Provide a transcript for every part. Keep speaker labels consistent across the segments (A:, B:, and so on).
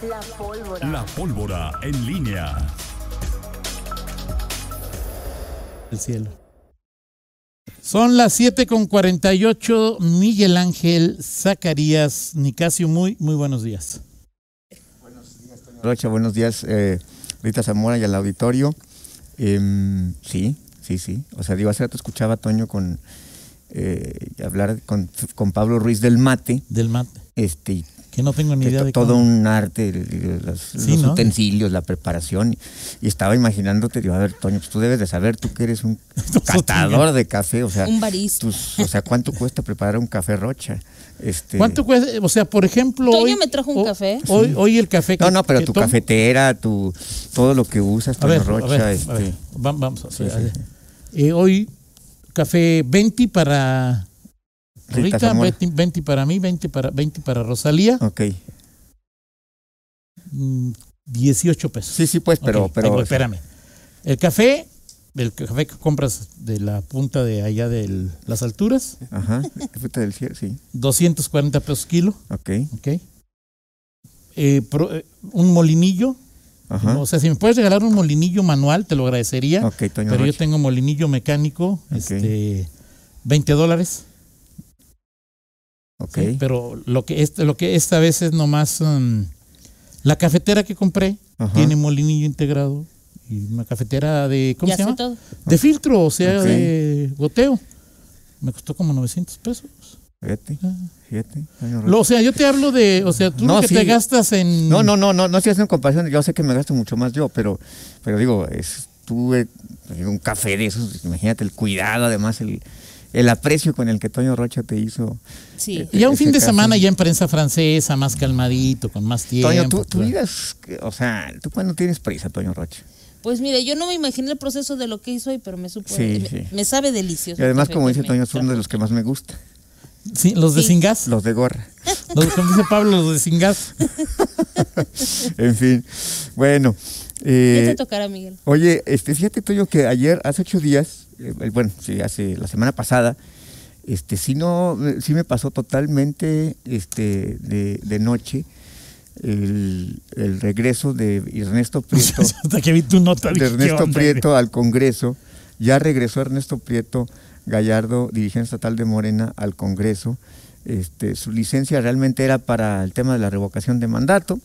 A: La pólvora en línea.
B: El cielo. Son las 7:48. Miguel Ángel Zacarías Nicasio, muy buenos días.
C: Buenos días, Toño Rocha, buenos días, Rita Zamora y al auditorio. Sí. O sea, digo, hace rato escuchaba a Toño hablar con Pablo Ruiz del mate.
B: Del mate. Que no tengo ni idea de
C: todo
B: cómo.
C: un arte, los ¿no? utensilios, la preparación. Y estaba imaginándote, digo, a ver, Toño, pues tú debes de saber, tú que eres un catador de café, o sea,
D: un barista.
C: O sea, ¿cuánto cuesta preparar un café Rocha?
B: ¿Cuánto cuesta? O sea, por ejemplo,
D: Toño me trajo un café.
B: Hoy el café que
C: No, pero tu cafetera, todo lo que usas, Toño Rocha.
B: A ver, vamos a hacer. Hoy café 20 para Rita, 20 para mí, 20 para Rosalía.
C: Ok.
B: 18 pesos.
C: Sí, pues, pero
B: espérame. El café que compras de la punta de allá de las alturas.
C: Ajá, el café del cielo, sí.
B: 240 pesos kilo.
C: Ok.
B: Un molinillo.
C: Ajá.
B: O sea, si me puedes regalar un molinillo manual, te lo agradecería.
C: Ok, Toño
B: pero
C: Rocha.
B: yo tengo molinillo mecánico,
C: Okay.
B: $20.
C: Ok.
B: Sí, pero lo que esta vez es nomás la cafetera que compré.
C: Ajá.
B: Tiene molinillo integrado y una cafetera de ¿cómo
D: ya
B: se llama?
D: Todo.
B: De filtro, o sea,
C: Okay.
B: de goteo. Me costó como 900 pesos.
C: Fíjate.
B: O sea, yo te hablo de, o sea, tú
C: No,
B: lo que
C: sí.
B: te gastas en...
C: No estoy haciendo comparación, yo sé que me gasto mucho más yo, pero digo, tuve un café de esos, imagínate el cuidado, además el aprecio con el que Toño Rocha te hizo.
D: Sí.
B: Ya un fin de
C: café.
B: semana ya en prensa francesa, más calmadito, con más tiempo.
C: Toño, tu vida es, o sea, tú cuando tienes prisa, Toño Rocha.
D: Pues mire, yo no me imaginé el proceso de lo que hizo hoy, pero me supo,
C: Sí.
D: me sabe delicioso.
C: Y además,
D: el café
C: como
D: que
C: dice
D: me
C: Toño, son
D: trajo.
C: de los que más me gusta.
B: Sí, los de
D: Sí.
B: sin gas.
C: Los de gorra.
B: Como dice Pablo, los de sin gas.
C: En fin, bueno.
D: Ya te tocará, Miguel.
C: Oye, fíjate, Toño, que ayer, hace 8 días, hace la semana pasada, sí me pasó totalmente de noche el regreso de Ernesto Prieto.
B: Hasta que vi tu nota.
C: De
B: dije,
C: Ernesto
B: ¿qué onda?
C: Prieto al Congreso. Ya regresó Ernesto Prieto Gallardo, dirigente estatal de Morena, al Congreso. Su licencia realmente era para el tema de la revocación de mandato.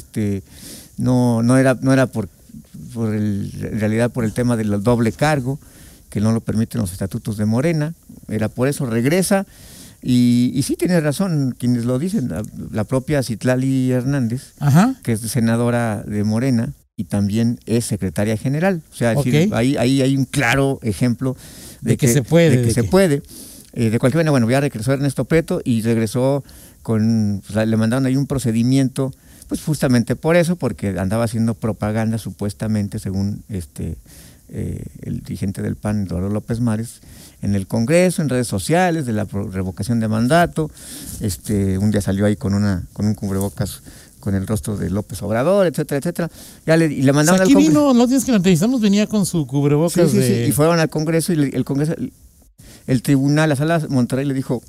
C: No era en realidad por el tema del doble cargo, que no lo permiten los estatutos de Morena. Era por eso, regresa. Y sí tiene razón quienes lo dicen, la propia Citlali Hernández,
B: Ajá.
C: que es senadora de Morena y también es secretaria general. O sea,
B: Okay.
C: decir, ahí hay un claro ejemplo de que se puede. De cualquier manera, bueno, ya regresó Ernesto Prieto y regresó le mandaron ahí un procedimiento, pues justamente por eso, porque andaba haciendo propaganda supuestamente, según el dirigente del PAN, Eduardo López Mares, en el Congreso, en redes sociales, de la revocación de mandato. Un día salió ahí con un cubrebocas con el rostro de López Obrador, etcétera, etcétera. Y le mandaron
B: Aquí
C: al Congreso.
B: vino, los días que lo entrevistamos, venía con su cubrebocas
C: Sí,
B: de...
C: y fueron al Congreso y el Congreso, el tribunal, la sala de Monterrey le dijo,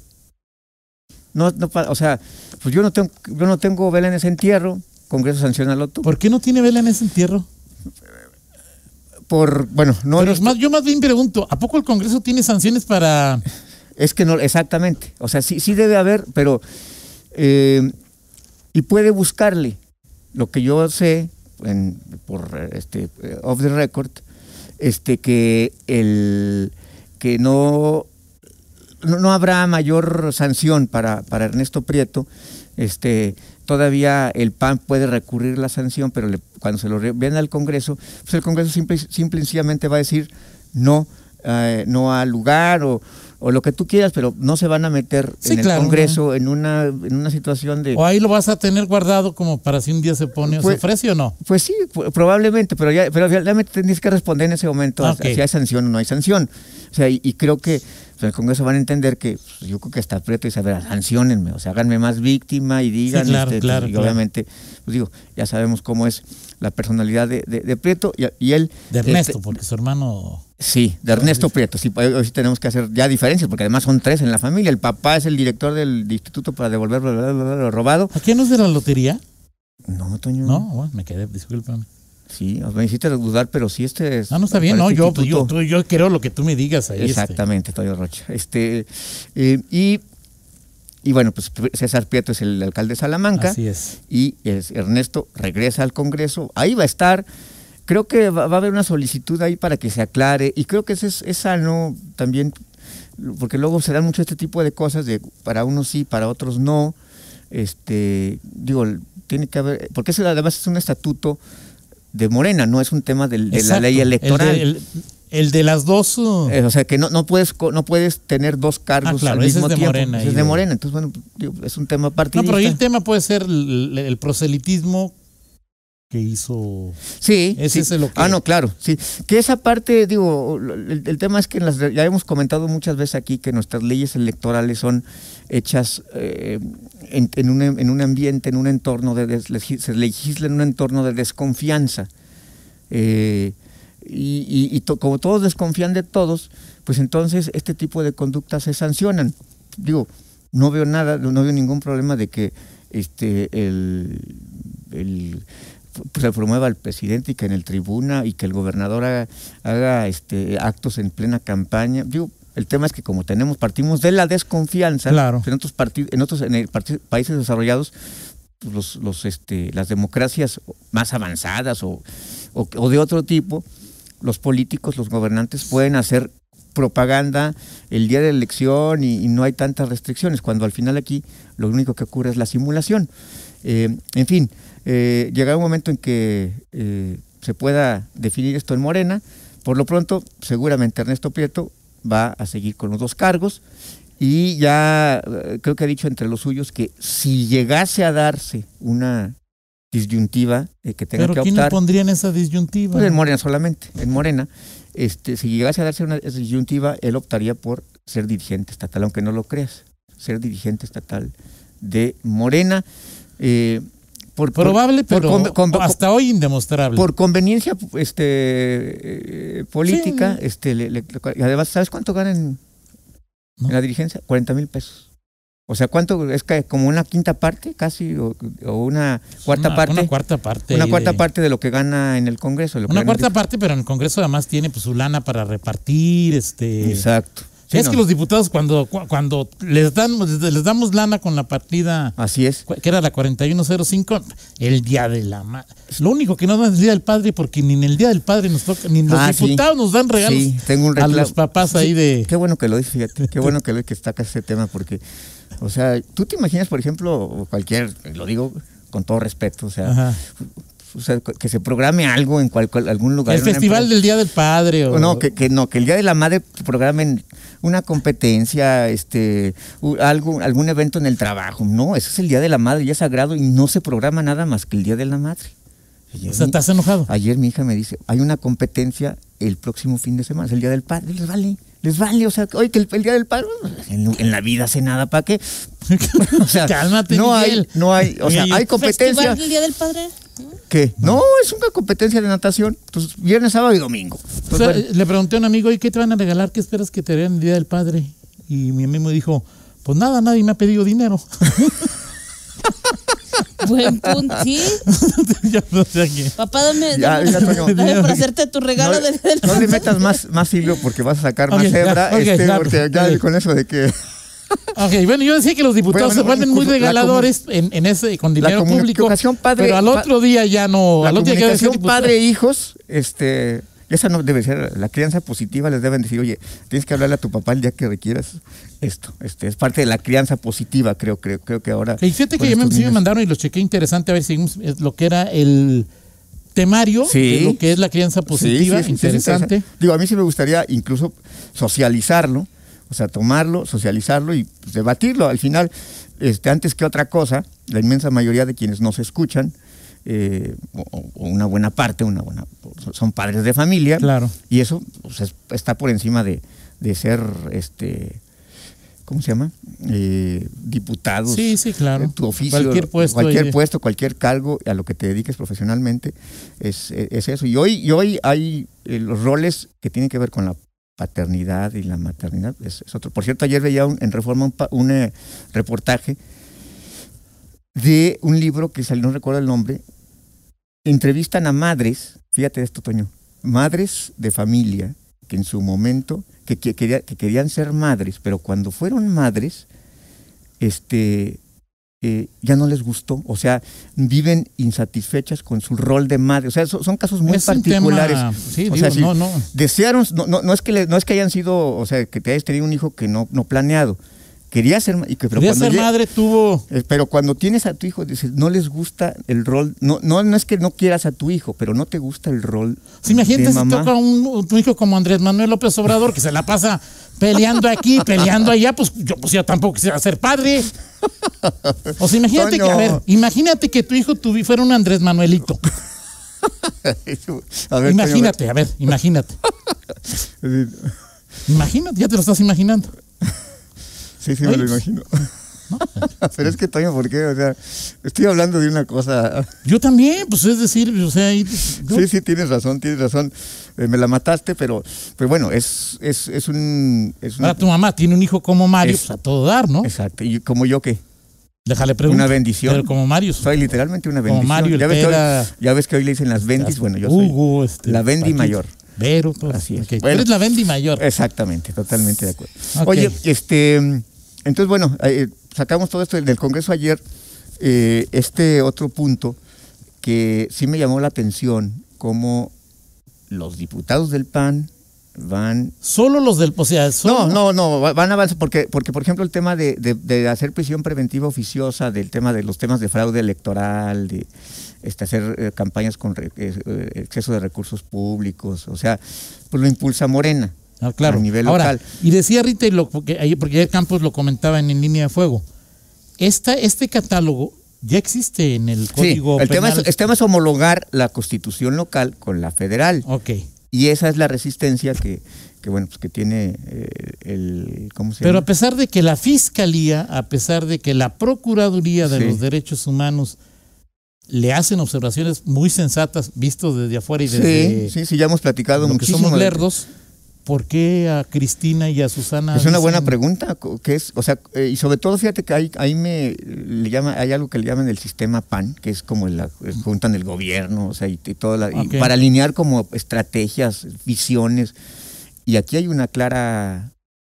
C: o sea, pues yo no tengo vela en ese entierro, Congreso, sanciónalo tú.
B: ¿Por qué no tiene vela en ese entierro?
C: Pero
B: yo más bien pregunto, ¿a poco el Congreso tiene sanciones para...?
C: Es que no, exactamente, o sea, sí debe haber, pero y puede buscarle. Lo que yo sé off the record, que no habrá mayor sanción para Ernesto Prieto. Todavía el PAN puede recurrir la sanción, pero cuando se lo vean al Congreso, pues el Congreso simple y sencillamente va a decir no al lugar o lo que tú quieras, pero no se van a meter
B: Sí,
C: en el
B: claro,
C: Congreso
B: ¿no?
C: en una situación de...
B: ¿O ahí lo vas a tener guardado como para si un día se pone o se ofrece o no?
C: Pues sí, probablemente, pero realmente tendrías que responder en ese momento
B: Okay.
C: si hay sanción o no hay sanción. O sea, y creo que pues, el Congreso van a entender que yo creo que está Prieto y saber, sanciónenme, o sea, háganme más víctima y digan,
B: Sí, claro,
C: y obviamente, pues digo, ya sabemos cómo es la personalidad de Prieto y él...
B: De Ernesto, porque su hermano...
C: Sí, de Ernesto Prieto. Sí, hoy sí tenemos que hacer ya diferencias, porque además son 3 en la familia. El papá es el director del Instituto para devolver lo robado.
B: ¿A qué no es de la lotería?
C: No, Toño.
B: No, bueno, me quedé, discúlpame.
C: Sí, me hiciste dudar, pero sí
B: No, no está bien, no, yo quiero lo que tú me digas ahí.
C: Exactamente, Toño Rocha. Y bueno, pues César Prieto es el alcalde de Salamanca.
B: Así es.
C: Y Ernesto regresa al Congreso, ahí va a estar. Creo que va a haber una solicitud ahí para que se aclare, y creo que es sano también, porque luego se dan mucho este tipo de cosas, de para unos sí, para otros no. Digo, tiene que haber, porque eso además es un estatuto de Morena, no es un tema de la ley electoral.
B: El de las dos.
C: O sea, que no puedes tener dos cargos al mismo tiempo.
B: Morena,
C: es de Morena. Entonces, bueno, digo, es un tema partidista.
B: No, pero ahí el tema puede ser el proselitismo que hizo.
C: Sí.
B: Ese es lo que.
C: No, claro, sí. Que esa parte, digo, el tema es que ya hemos comentado muchas veces aquí que nuestras leyes electorales son hechas en un ambiente, en un entorno se legisla en un entorno de desconfianza. Como todos desconfían de todos, pues entonces este tipo de conductas se sancionan. Digo, no veo ningún problema de que se promueva al presidente y que en el tribuna y que el gobernador haga actos en plena campaña. Digo, el tema es que como partimos de la desconfianza,
B: claro.
C: En otros países desarrollados, pues las democracias más avanzadas o de otro tipo, los políticos, los gobernantes pueden hacer propaganda el día de la elección y no hay tantas restricciones, cuando al final aquí lo único que ocurre es la simulación. En fin, llegará un momento en que se pueda definir esto en Morena. Por lo pronto, seguramente Ernesto Prieto va a seguir con los dos cargos, y ya creo que ha dicho entre los suyos que si llegase a darse una disyuntiva que tenga que optar.
B: ¿Pero quién le pondría en esa disyuntiva?
C: Pues en Morena solamente, en Morena. Si llegase a darse una disyuntiva, él optaría por ser dirigente estatal, aunque no lo creas, ser dirigente estatal de Morena.
B: Probable, pero hasta hoy indemostrable.
C: Por conveniencia política,
B: sí.
C: Además, ¿sabes cuánto ganan en la dirigencia? 40,000 pesos. O sea, ¿cuánto? Es que como una quinta parte casi, o una cuarta parte.
B: Una cuarta parte.
C: Una cuarta parte de lo que gana en el Congreso.
B: Una cuarta parte, pero en el Congreso además tiene pues su lana para repartir.
C: Exacto.
B: Sí, es que los diputados cuando les damos lana con la partida,
C: así es,
B: que era la 4105, el Día de la Madre. Lo único que no dan es el Día del Padre, porque ni en el Día del Padre nos toca, ni los diputados nos dan regalos.
C: Sí, tengo un reclamo.
B: A los papás ahí de.
C: Qué bueno que lo dices, fíjate, qué bueno que destacas ese tema, porque, o sea, tú te imaginas, por ejemplo, lo digo con todo respeto, o sea, que se programe algo en algún lugar.
B: El festival del Día del Padre.
C: No, que el Día de la Madre programen una competencia, algún evento en el trabajo. No, ese es el Día de la Madre, ya es sagrado, y no se programa nada más que el Día de la Madre.
B: O sea, ¿estás enojado?
C: Ayer mi hija me dice, hay una competencia el próximo fin de semana, es el Día del Padre. Les vale, o sea, oye, que el Día del Padre, en la vida hace nada, ¿para qué?
B: O sea, cálmate,
C: no
B: Miguel.
C: hay, o sea, hay competencia.
D: ¿Festival del Día del Padre?
C: ¿Qué? No, es una competencia de natación. Entonces, viernes, sábado y domingo. Entonces,
B: o sea, le pregunté a un amigo, ¿y qué te van a regalar? ¿Qué esperas que te den el Día del Padre? Y mi amigo me dijo, pues nada, nadie me ha pedido dinero.
D: Buen punto, ¿sí? Papá, dame para hacerte tu regalo del
C: No le metas más hilo porque vas a sacar más hebra. Porque ya con eso de que...
B: Ok, bueno, yo decía que los diputados se vuelven muy regaladores en ese con dinero público, pero al otro día ya no.
C: La comunicación padre-hijos, esa no debe ser la crianza positiva. Les deben decir, oye, tienes que hablarle a tu papá el día que requieras esto. Es parte de la crianza positiva, creo que ahora.
B: Y fíjate que sí me mandaron y lo chequé interesante, a ver si lo que era el temario de lo que es la crianza positiva, interesante.
C: Digo, a mí sí me gustaría incluso socializarlo. O sea, tomarlo, socializarlo y pues, debatirlo. Al final, antes que otra cosa, la inmensa mayoría de quienes nos escuchan, o una buena parte, son padres de familia.
B: Claro.
C: Y eso pues, está por encima de ser, ¿cómo se llama? Diputados.
B: Sí, claro.
C: Tu oficio, cualquier puesto, cualquier cargo a lo que te dediques profesionalmente, es eso. Y hoy hay los roles que tienen que ver con la paternidad y la maternidad es otro. Por cierto, ayer veía en Reforma un reportaje de un libro que salió, no recuerdo el nombre. Entrevistan a madres, fíjate esto, Toño, madres de familia que en su momento, que querían ser madres, pero cuando fueron madres, ya no les gustó, o sea, viven insatisfechas con su rol de madre, o sea, son casos muy particulares.
B: Sí,
C: o
B: digo,
C: sea,
B: no.
C: Desearon, no es que hayan sido, o sea, que te hayas tenido un hijo que no planeado. Quería ser
B: madre, tuvo.
C: Pero cuando tienes a tu hijo, dices, no les gusta el rol. No es que no quieras a tu hijo, pero no te gusta el rol.
B: Sí, imagínate si toca tu hijo como Andrés Manuel López Obrador, que se la pasa peleando aquí, peleando allá, pues yo tampoco quisiera ser padre. O sea, imagínate imagínate que tu hijo fuera un Andrés Manuelito. Imagínate. Imagínate, ya te lo estás imaginando.
C: Sí, me lo imagino. ¿No? Pero es que, Toño, ¿por qué? O sea, estoy hablando de una cosa.
B: Yo también, pues es decir, o sea...
C: Sí, tienes razón. Me la mataste, pero bueno, es un...
B: Ahora tu mamá tiene un hijo como Mario, pues a todo dar, ¿no?
C: Exacto. ¿Y como yo qué?
B: Déjale preguntar.
C: Una bendición.
B: Pero como Mario.
C: Soy literalmente una bendición.
B: Como Mario,
C: ya ves que hoy le dicen las bendis, bueno, yo
B: soy
C: la bendi mayor.
B: Vero, todo.
C: Así es.
B: Okay. Bueno, eres la bendi mayor.
C: Exactamente, totalmente de acuerdo.
B: Okay.
C: Oye, entonces, bueno, sacamos todo esto del Congreso ayer, otro punto que sí me llamó la atención, como los diputados del PAN van...
B: Solo los del... O sea,
C: No, van a avanzar, porque por ejemplo el tema de hacer prisión preventiva oficiosa, del tema de los temas de fraude electoral, de hacer campañas con exceso de recursos públicos, o sea, pues lo impulsa Morena.
B: Claro.
C: A nivel
B: Ahora,
C: local.
B: Y decía Rita, porque ayer Campos lo comentaba en Línea de Fuego, este catálogo ya existe en el Código Penal.
C: El tema es homologar la Constitución local con la federal.
B: Ok.
C: Y esa es la resistencia que tiene ¿cómo se llama?
B: Pero a pesar de que la Fiscalía, a pesar de que la Procuraduría de los Derechos Humanos le hacen observaciones muy sensatas, visto desde afuera y desde...
C: Sí, ya hemos platicado muchísimo.
B: Que somos lerdos. ¿Por qué a Cristina y a Susana?
C: Es una buena pregunta, y sobre todo fíjate que hay algo que le llaman el sistema PAN, que es como juntan el gobierno, o sea, y para alinear como estrategias, visiones, y aquí hay una clara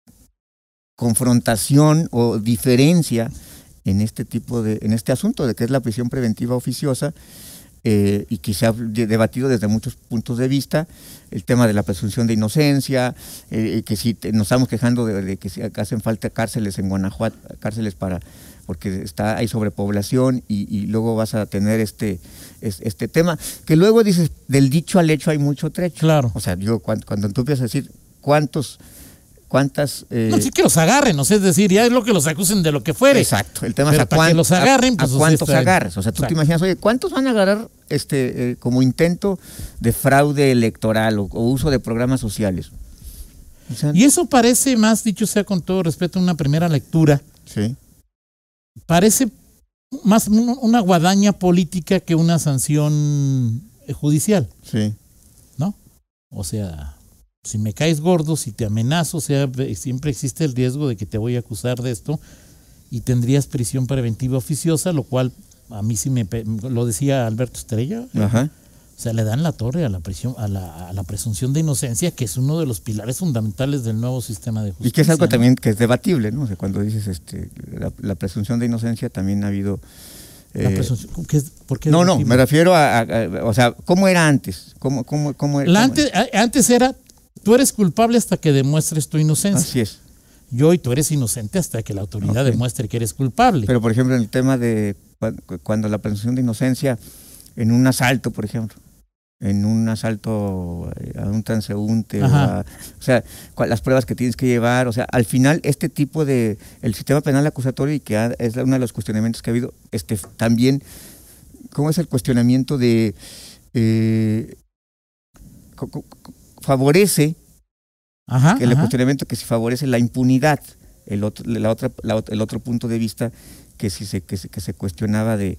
C: confrontación o diferencia en este asunto de que es la prisión preventiva oficiosa. Y que se ha debatido desde muchos puntos de vista, el tema de la presunción de inocencia, que si nos estamos quejando de que hacen falta cárceles en Guanajuato, porque hay sobrepoblación y luego vas a tener este tema, que luego dices, del dicho al hecho hay mucho trecho.
B: Claro.
C: O sea, cuando tú empiezas a decir cuántas...
B: No, sí que los agarren, o sea, es decir, ya es lo que los acusen de lo que fuere.
C: Exacto, el tema
B: pero
C: es
B: para que los agarren,
C: pues, ¿a cuántos agarras? O sea, tú te imaginas, oye, ¿cuántos van a agarrar como intento de fraude electoral o uso de programas sociales? O sea,
B: y eso parece más, dicho sea con todo respeto, una primera lectura.
C: Sí.
B: Parece más una guadaña política que una sanción judicial.
C: Sí.
B: ¿No? O sea... Si me caes gordo, si te amenazo, o sea, siempre existe el riesgo de que te voy a acusar de esto y tendrías prisión preventiva oficiosa, lo cual a mí sí lo decía Alberto Estrella.
C: Ajá.
B: O sea, le dan la torre a la presunción de inocencia, que es uno de los pilares fundamentales del nuevo sistema de justicia.
C: Y que es algo también que es debatible, ¿no? O sea, cuando dices la presunción de inocencia también ha habido...
B: ¿Por qué
C: no, me refiero o sea, ¿cómo era antes? ¿Cómo era?
B: Antes era... Tú eres culpable hasta que demuestres tu inocencia.
C: Así es.
B: Y tú eres inocente hasta que la autoridad demuestre que eres culpable.
C: Pero, por ejemplo, en el tema de cuando la presunción de inocencia en un asalto, por ejemplo, en un asalto a un transeúnte, o sea, las pruebas que tienes que llevar, o sea, al final el sistema penal acusatorio, y que es uno de los cuestionamientos que ha habido, también, ¿cómo es el cuestionamiento de... favorece el cuestionamiento que si favorece la impunidad, el otro punto de vista que se cuestionaba de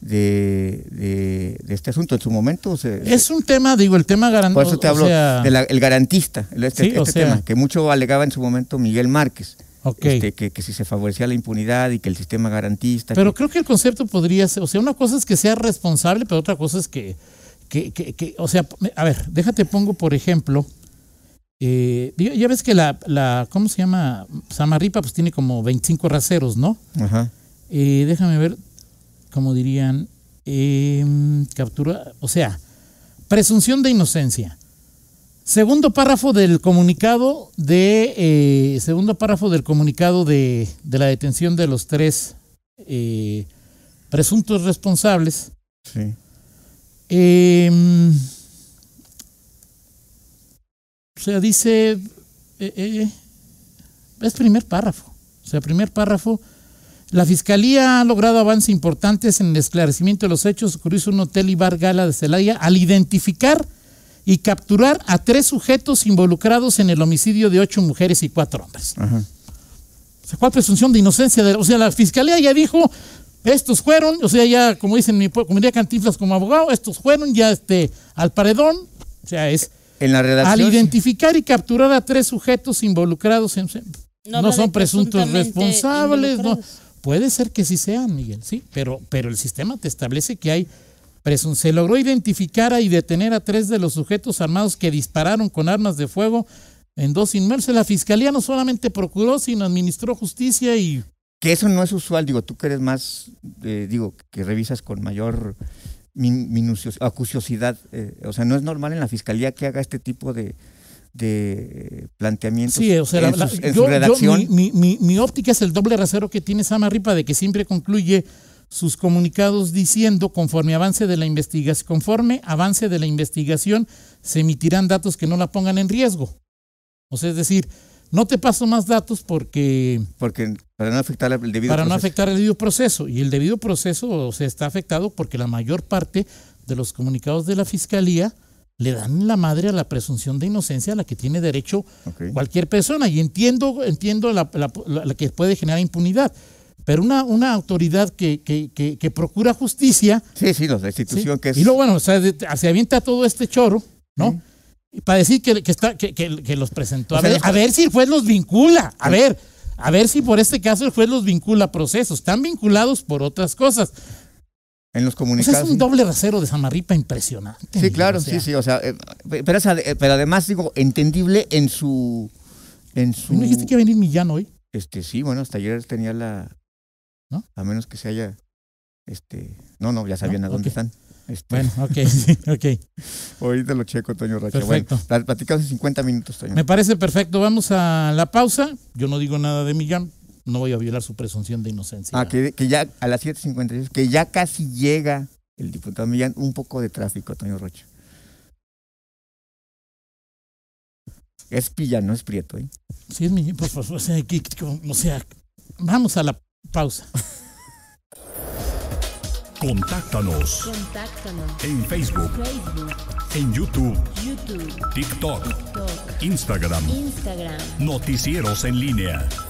C: este asunto en su momento.
B: Es un tema, el tema garantista.
C: Por eso te hablo del garantista, tema, que mucho alegaba en su momento Miguel Márquez. que si se favorecía la impunidad y que el sistema garantista.
B: Pero creo que el concepto podría ser, o sea, una cosa es que sea responsable, pero otra cosa es que o sea, a ver, déjate pongo por ejemplo, ya ves que la ¿cómo se llama? Samarripa pues tiene como 25 raseros, ¿no?
C: Ajá.
B: Déjame ver, como dirían, captura, o sea, presunción de inocencia. Segundo párrafo del comunicado de la detención de los 3 presuntos responsables.
C: Sí.
B: O sea, dice, es primer párrafo. O sea, primer párrafo. La Fiscalía ha logrado avances importantes en el esclarecimiento de los hechos ocurridos en un hotel y bar Gala de Celaya al identificar y capturar a 3 sujetos involucrados en el homicidio de 8 mujeres y 4 hombres.
C: Ajá.
B: O sea, ¿cuál presunción de inocencia? O sea, la Fiscalía ya dijo, estos fueron, o sea, ya como dicen mi pueblo, como diría Cantinflas como abogado, estos fueron ya al paredón. O sea, es
C: en la redacción,
B: al identificar y capturar a 3 sujetos involucrados no son presuntos responsables, no. Puede ser que sí sean, Miguel, sí, pero el sistema te establece que hay se logró identificar y detener a 3 de los sujetos armados que dispararon con armas de fuego en 2 inmuebles. La Fiscalía no solamente procuró, sino administró justicia y...
C: Que eso no es usual, digo, tú que eres más, que revisas con mayor acuciosidad, o sea, no es normal en la Fiscalía que haga este tipo de planteamientos.
B: Sí, o sea,
C: en su redacción.
B: Mi óptica es el doble rasero que tiene Samarripa, de que siempre concluye sus comunicados diciendo conforme avance de la investigación se emitirán datos que no la pongan en riesgo. O sea, es decir, no te paso más datos porque
C: para no afectar el debido
B: proceso. Y el debido proceso, o sea, está afectado porque la mayor parte de los comunicados de la Fiscalía le dan la madre a la presunción de inocencia a la que tiene derecho cualquier persona. Y entiendo la que puede generar impunidad. Pero una autoridad que procura justicia.
C: Sí, la institución ¿sí? Que es.
B: Y luego, bueno, o sea, se avienta todo este choro, ¿no? Sí. Y para decir que los presentó. A ver si el juez los vincula. A ver si por este caso el juez los vincula a procesos. Están vinculados por otras cosas.
C: En los comunicados.
B: O sea, es un doble rasero de Samarripa impresionante.
C: Sí, claro, o sea. sí. O sea, pero además, digo, entendible en su.
B: ¿No dijiste que iba a venir Millán hoy?
C: Sí, bueno, hasta ayer tenía la.
B: ¿No?
C: A menos que se haya, no, ya sabían a dónde están.
B: Bueno, ok.
C: Ahorita lo checo, Toño Rocha.
B: Perfecto.
C: Bueno, platicamos en 50 minutos, Toño.
B: Me parece perfecto. Vamos a la pausa. Yo no digo nada de Millán. No voy a violar su presunción de inocencia.
C: Que ya a las 7:56, que ya casi llega el diputado Millán, un poco de tráfico, Toño Rocha. Es Pilla, no es Prieto, ¿eh?
B: Sí, es mi, pues, o sea, vamos a la pausa.
A: Contáctanos. En Facebook. En YouTube. TikTok. Instagram. Noticieros en línea.